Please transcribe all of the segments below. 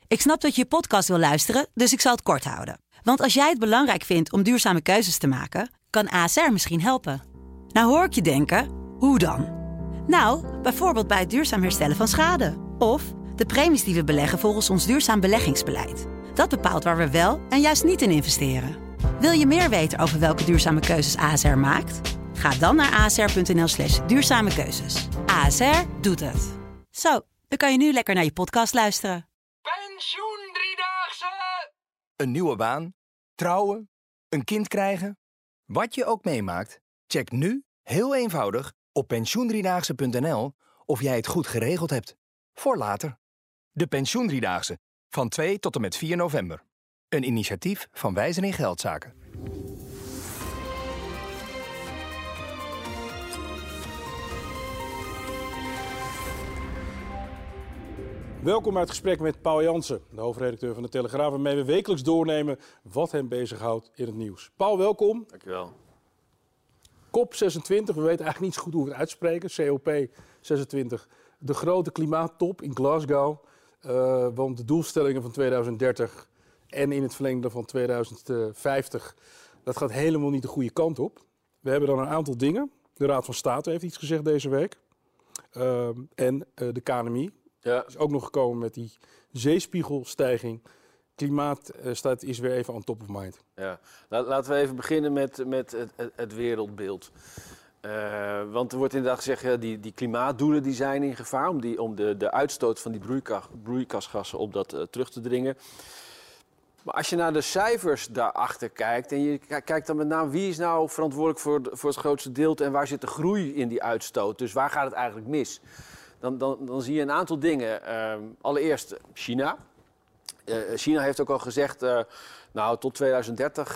Ik snap dat je podcast wil luisteren, dus ik zal het kort houden. Want als jij het belangrijk vindt om duurzame keuzes te maken, kan ASR misschien helpen. Nou hoor ik je denken, hoe dan? Nou, bijvoorbeeld bij het duurzaam herstellen van schade. Of de premies die we beleggen volgens ons duurzaam beleggingsbeleid. Dat bepaalt waar we wel en juist niet in investeren. Wil je meer weten over welke duurzame keuzes ASR maakt? Ga dan naar asr.nl/duurzame keuzes. ASR doet het. Zo, dan kan je nu lekker naar je podcast luisteren. Pensioendriedaagse! Een nieuwe baan, trouwen, een kind krijgen. Wat je ook meemaakt, check nu heel eenvoudig op pensioendriedaagse.nl of jij het goed geregeld hebt. Voor later. De Pensioendriedaagse, van 2 tot en met 4 november. Een initiatief van Wijzen in Geldzaken. Welkom bij het gesprek met Paul Jansen, de hoofdredacteur van de Telegraaf, waarmee we wekelijks doornemen wat hem bezighoudt in het nieuws. Paul, welkom. Dankjewel. COP26, we weten eigenlijk niet zo goed hoe we het uitspreken, COP26, de grote klimaattop in Glasgow. Want de doelstellingen van 2030 en in het verlengde van 2050, dat gaat helemaal niet de goede kant op. We hebben dan een aantal dingen. De Raad van State heeft iets gezegd deze week. En de KNMI. Ja. Is ook nog gekomen met die zeespiegelstijging. Klimaat is weer even on top of mind. Ja. Laten we even beginnen met het wereldbeeld. Want er wordt inderdaad gezegd, die klimaatdoelen die zijn in gevaar om de uitstoot van die broeikasgassen op dat terug te dringen. Maar als je naar de cijfers daarachter kijkt en je kijkt dan met name wie is nou verantwoordelijk voor het grootste deel en waar zit de groei in die uitstoot, dus waar gaat het eigenlijk mis? Dan zie je een aantal dingen. Allereerst China. China heeft ook al gezegd, tot 2030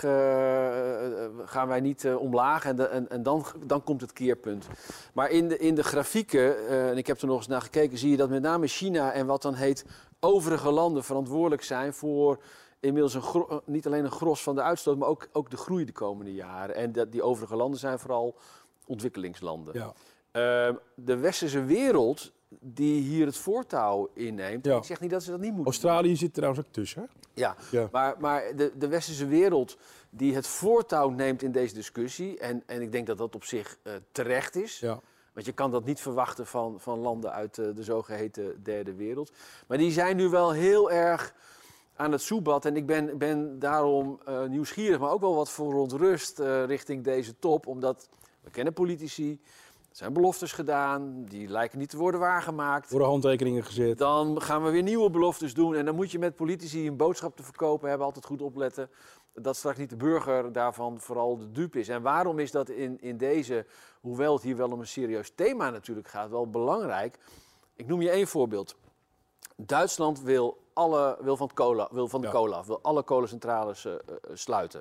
gaan wij niet omlaag en dan komt het keerpunt. Maar in de grafieken, en ik heb er nog eens naar gekeken, zie je dat met name China en wat dan heet overige landen verantwoordelijk zijn voor inmiddels niet alleen een gros van de uitstoot, maar ook de groei de komende jaren. En die overige landen zijn vooral ontwikkelingslanden. Ja. De westerse wereld die hier het voortouw inneemt. Ja. Ik zeg niet dat ze dat niet moeten Australië doen. Zit trouwens ook tussen. Hè? Ja. Maar de westerse wereld die het voortouw neemt in deze discussie. En ik denk dat dat op zich terecht is. Ja. Want je kan dat niet verwachten van landen uit de zogeheten derde wereld. Maar die zijn nu wel heel erg aan het soebat. En ik ben daarom nieuwsgierig, maar ook wel wat verontrust richting deze top. Omdat we kennen politici. Er zijn beloftes gedaan, die lijken niet te worden waargemaakt. Worden handtekeningen gezet. Dan gaan we weer nieuwe beloftes doen. En dan moet je met politici een boodschap te verkopen hebben. Altijd goed opletten dat straks niet de burger daarvan vooral de dupe is. En waarom is dat in deze, hoewel het hier wel om een serieus thema natuurlijk gaat, wel belangrijk. Ik noem je één voorbeeld. Duitsland wil van de kolen af, wil alle kolencentrales sluiten.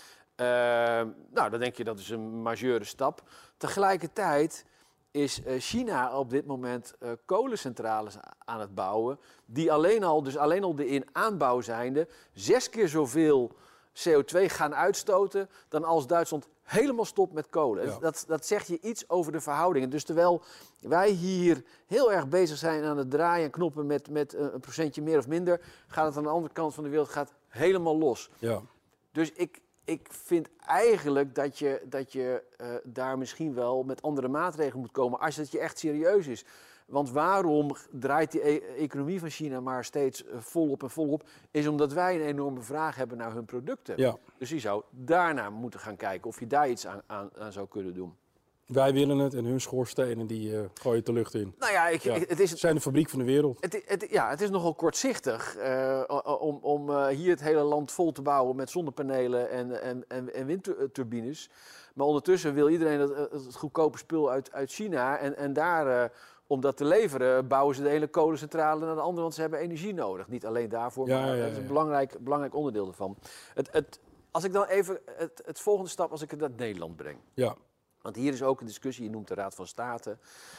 Dan denk je dat is een majeure stap. Tegelijkertijd is China op dit moment kolencentrales aan het bouwen die alleen al de in aanbouw zijnde 6 keer zoveel CO2 gaan uitstoten dan als Duitsland helemaal stopt met kolen. Ja. Dat zegt je iets over de verhoudingen. Dus terwijl wij hier heel erg bezig zijn aan het draaien en knoppen met een procentje meer of minder, gaat het aan de andere kant van de wereld helemaal los. Ja. Dus ik vind eigenlijk dat je daar misschien wel met andere maatregelen moet komen als het je echt serieus is. Want waarom draait die economie van China maar steeds volop, is omdat wij een enorme vraag hebben naar hun producten. Ja. Dus je zou daarnaar moeten gaan kijken of je daar iets aan zou kunnen doen. Wij willen het en hun schoorstenen die gooien het de lucht in. Nou ja, het zijn de fabriek van de wereld. Het is nogal kortzichtig om hier het hele land vol te bouwen met zonnepanelen en windturbines. Maar ondertussen wil iedereen het goedkope spul uit China en daar om dat te leveren bouwen ze de hele kolencentrale naar de andere, want ze hebben energie nodig. Niet alleen daarvoor, maar dat is een belangrijk onderdeel ervan. Als ik dan even het volgende stap, als ik het naar Nederland breng. Ja. Want hier is ook een discussie, je noemt de Raad van State.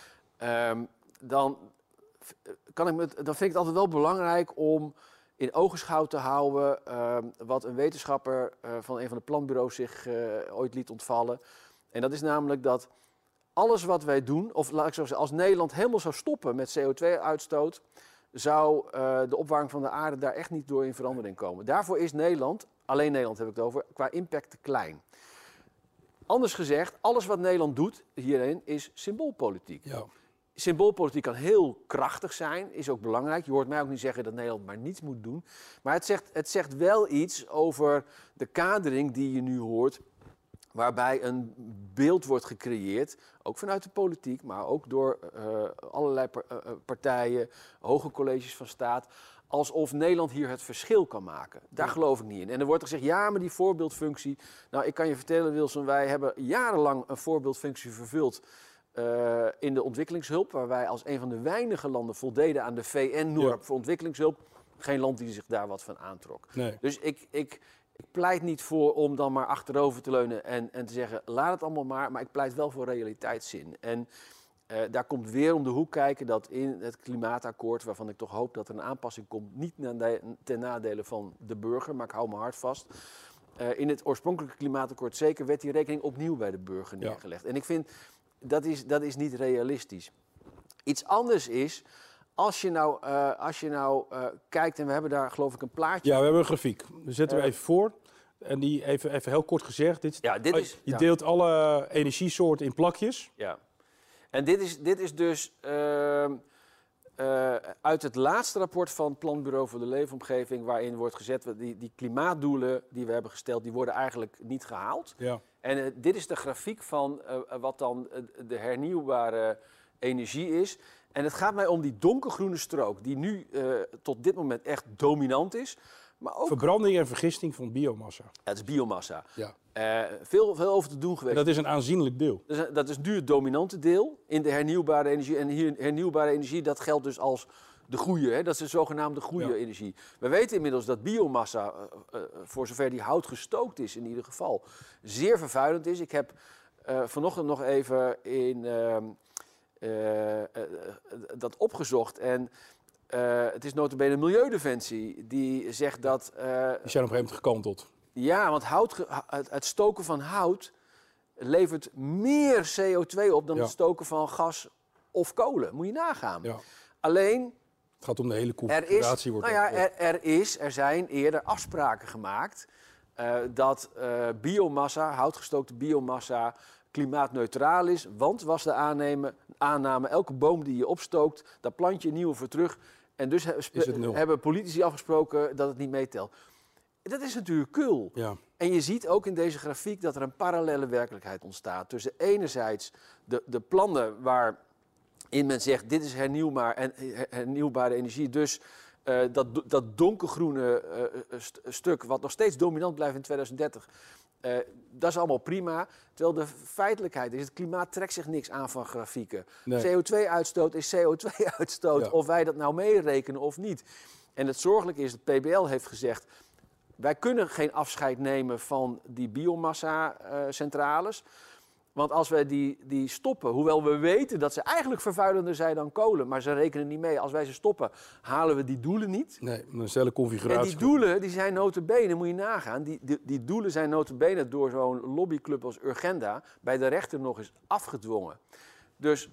Dan vind ik het altijd wel belangrijk om in ogenschouw te houden wat een wetenschapper van een van de planbureaus zich ooit liet ontvallen. En dat is namelijk dat alles wat wij doen, of laat ik zo zeggen, als Nederland helemaal zou stoppen met CO2-uitstoot, zou de opwarming van de aarde daar echt niet door in verandering komen. Daarvoor is Nederland, alleen Nederland heb ik het over, qua impact te klein. Anders gezegd, alles wat Nederland doet hierin is symboolpolitiek. Ja. Symboolpolitiek kan heel krachtig zijn, is ook belangrijk. Je hoort mij ook niet zeggen dat Nederland maar niets moet doen. Maar het zegt wel iets over de kadering die je nu hoort, waarbij een beeld wordt gecreëerd, ook vanuit de politiek, maar ook door allerlei partijen, hoge colleges van staat, alsof Nederland hier het verschil kan maken. Daar geloof ik niet in. En er wordt gezegd, ja, maar die voorbeeldfunctie. Nou, ik kan je vertellen, Wilson, wij hebben jarenlang een voorbeeldfunctie vervuld in de ontwikkelingshulp, waar wij als een van de weinige landen voldeden aan de VN-norm voor ontwikkelingshulp. Geen land die zich daar wat van aantrok. Nee. Dus ik pleit niet voor om dan maar achterover te leunen en te zeggen, laat het allemaal maar ik pleit wel voor realiteitszin. En daar komt weer om de hoek kijken dat in het klimaatakkoord, waarvan ik toch hoop dat er een aanpassing komt, niet ten nadele van de burger, maar ik hou mijn hart vast. In het oorspronkelijke klimaatakkoord zeker werd die rekening opnieuw bij de burger neergelegd. En ik vind, dat is niet realistisch. Iets anders is, als je nou kijkt, en we hebben daar geloof ik een plaatje. Ja, we hebben een grafiek. We zetten we even voor. En die even heel kort gezegd. Je deelt alle energiesoorten in plakjes. Ja. En dit is dus uit het laatste rapport van het Planbureau voor de Leefomgeving, waarin wordt gezet, die klimaatdoelen die we hebben gesteld, die worden eigenlijk niet gehaald. Ja. En dit is de grafiek van wat dan de hernieuwbare energie is. En het gaat mij om die donkergroene strook, die nu tot dit moment echt dominant is. Maar ook verbranding en vergisting van biomassa. Het is biomassa. Ja. Veel over te doen geweest. En dat is een aanzienlijk deel. Dat is nu het dominante deel in de hernieuwbare energie. En hier hernieuwbare energie, dat geldt dus als de goede. Hè? Dat is de zogenaamde goede energie. We weten inmiddels dat biomassa, voor zover die hout gestookt is in ieder geval, zeer vervuilend is. Ik heb vanochtend nog even dat opgezocht. En het is nota bene Milieudefensie die zegt dat die zijn op een gegeven moment gekanteld. Ja, want het stoken van hout levert meer CO2 op dan het stoken van gas of kolen. Moet je nagaan. Ja. Alleen, het gaat om de hele configuratie. Er zijn eerder afspraken gemaakt dat biomassa, houtgestookte biomassa, klimaatneutraal is. Want was de aanname, elke boom die je opstookt, daar plant je een nieuwe voor terug. En dus hebben politici afgesproken dat het niet meetelt. Dat is natuurlijk kul. Ja. En je ziet ook in deze grafiek dat er een parallele werkelijkheid ontstaat. Tussen enerzijds de plannen waarin men zegt, dit is hernieuwbare energie. Dus dat donkergroene stuk, wat nog steeds dominant blijft in 2030... dat is allemaal prima. Terwijl de feitelijkheid is, het klimaat trekt zich niks aan van grafieken. Nee. CO2-uitstoot is CO2-uitstoot, ja. Of wij dat nou meerekenen of niet. En het zorgelijke is, het PBL heeft gezegd, wij kunnen geen afscheid nemen van die biomassa-centrales. Want als wij die stoppen, hoewel we weten dat ze eigenlijk vervuilender zijn dan kolen, maar ze rekenen niet mee. Als wij ze stoppen, halen we die doelen niet. Nee, een hele configuratie. En die doelen die zijn nota bene, moet je nagaan, die doelen zijn nota bene door zo'n lobbyclub als Urgenda bij de rechter nog eens afgedwongen. Dus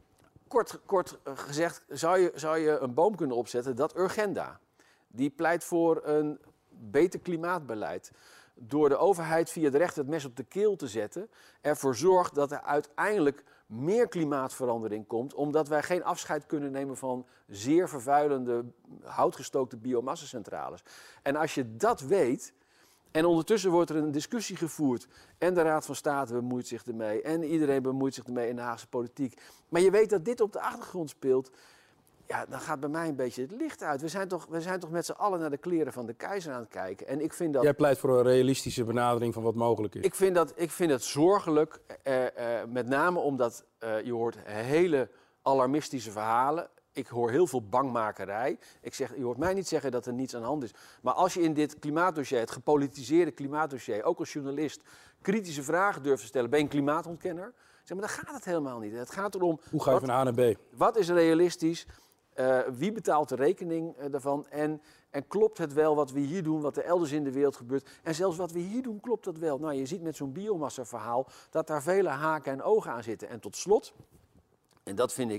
kort gezegd zou je een boom kunnen opzetten, dat Urgenda. Die pleit voor een beter klimaatbeleid. Door de overheid via de rechter het mes op de keel te zetten, ervoor zorgt dat er uiteindelijk meer klimaatverandering komt, omdat wij geen afscheid kunnen nemen van zeer vervuilende houtgestookte biomassacentrales. En als je dat weet, en ondertussen wordt er een discussie gevoerd en de Raad van State bemoeit zich ermee en iedereen bemoeit zich ermee in de Haagse politiek, maar je weet dat dit op de achtergrond speelt, ja, dan gaat bij mij een beetje het licht uit. We zijn toch met z'n allen naar de kleren van de keizer aan het kijken. En ik vind dat, jij pleit voor een realistische benadering van wat mogelijk is. Ik vind het zorgelijk, met name omdat je hoort hele alarmistische verhalen. Ik hoor heel veel bangmakerij. Je hoort mij niet zeggen dat er niets aan de hand is. Maar als je in dit klimaatdossier, het gepolitiseerde klimaatdossier, ook als journalist, kritische vragen durft te stellen, ben je een klimaatontkenner? Zeg maar, dan gaat het helemaal niet. Het gaat erom, hoe ga je van A naar B? Wat is realistisch? Wie betaalt de rekening daarvan? En klopt het wel wat we hier doen, wat er elders in de wereld gebeurt? En zelfs wat we hier doen, klopt dat wel? Nou, je ziet met zo'n biomassa-verhaal dat daar vele haken en ogen aan zitten. En tot slot, en dat vind ik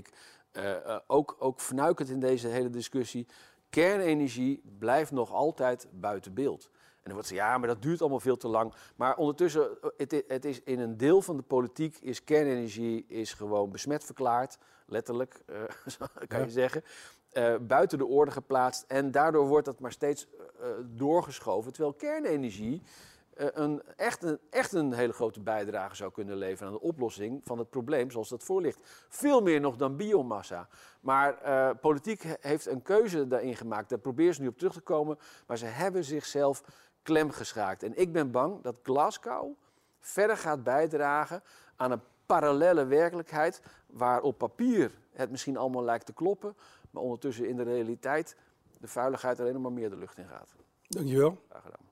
ook fnuikend in deze hele discussie. Kernenergie blijft nog altijd buiten beeld. En dan wordt ze, ja, maar dat duurt allemaal veel te lang. Maar ondertussen, het is in een deel van de politiek is kernenergie gewoon besmet verklaard. Letterlijk, kan je zeggen. Buiten de orde geplaatst. En daardoor wordt dat maar steeds doorgeschoven. Terwijl kernenergie echt een hele grote bijdrage zou kunnen leveren aan de oplossing van het probleem zoals dat voor ligt. Veel meer nog dan biomassa. Maar politiek heeft een keuze daarin gemaakt. Daar proberen ze nu op terug te komen. Maar ze hebben zichzelf klemgeschaakt. En ik ben bang dat Glasgow verder gaat bijdragen aan een parallelle werkelijkheid waar op papier het misschien allemaal lijkt te kloppen, maar ondertussen in de realiteit de vuiligheid alleen nog maar meer de lucht in gaat. Dankjewel. Graag gedaan.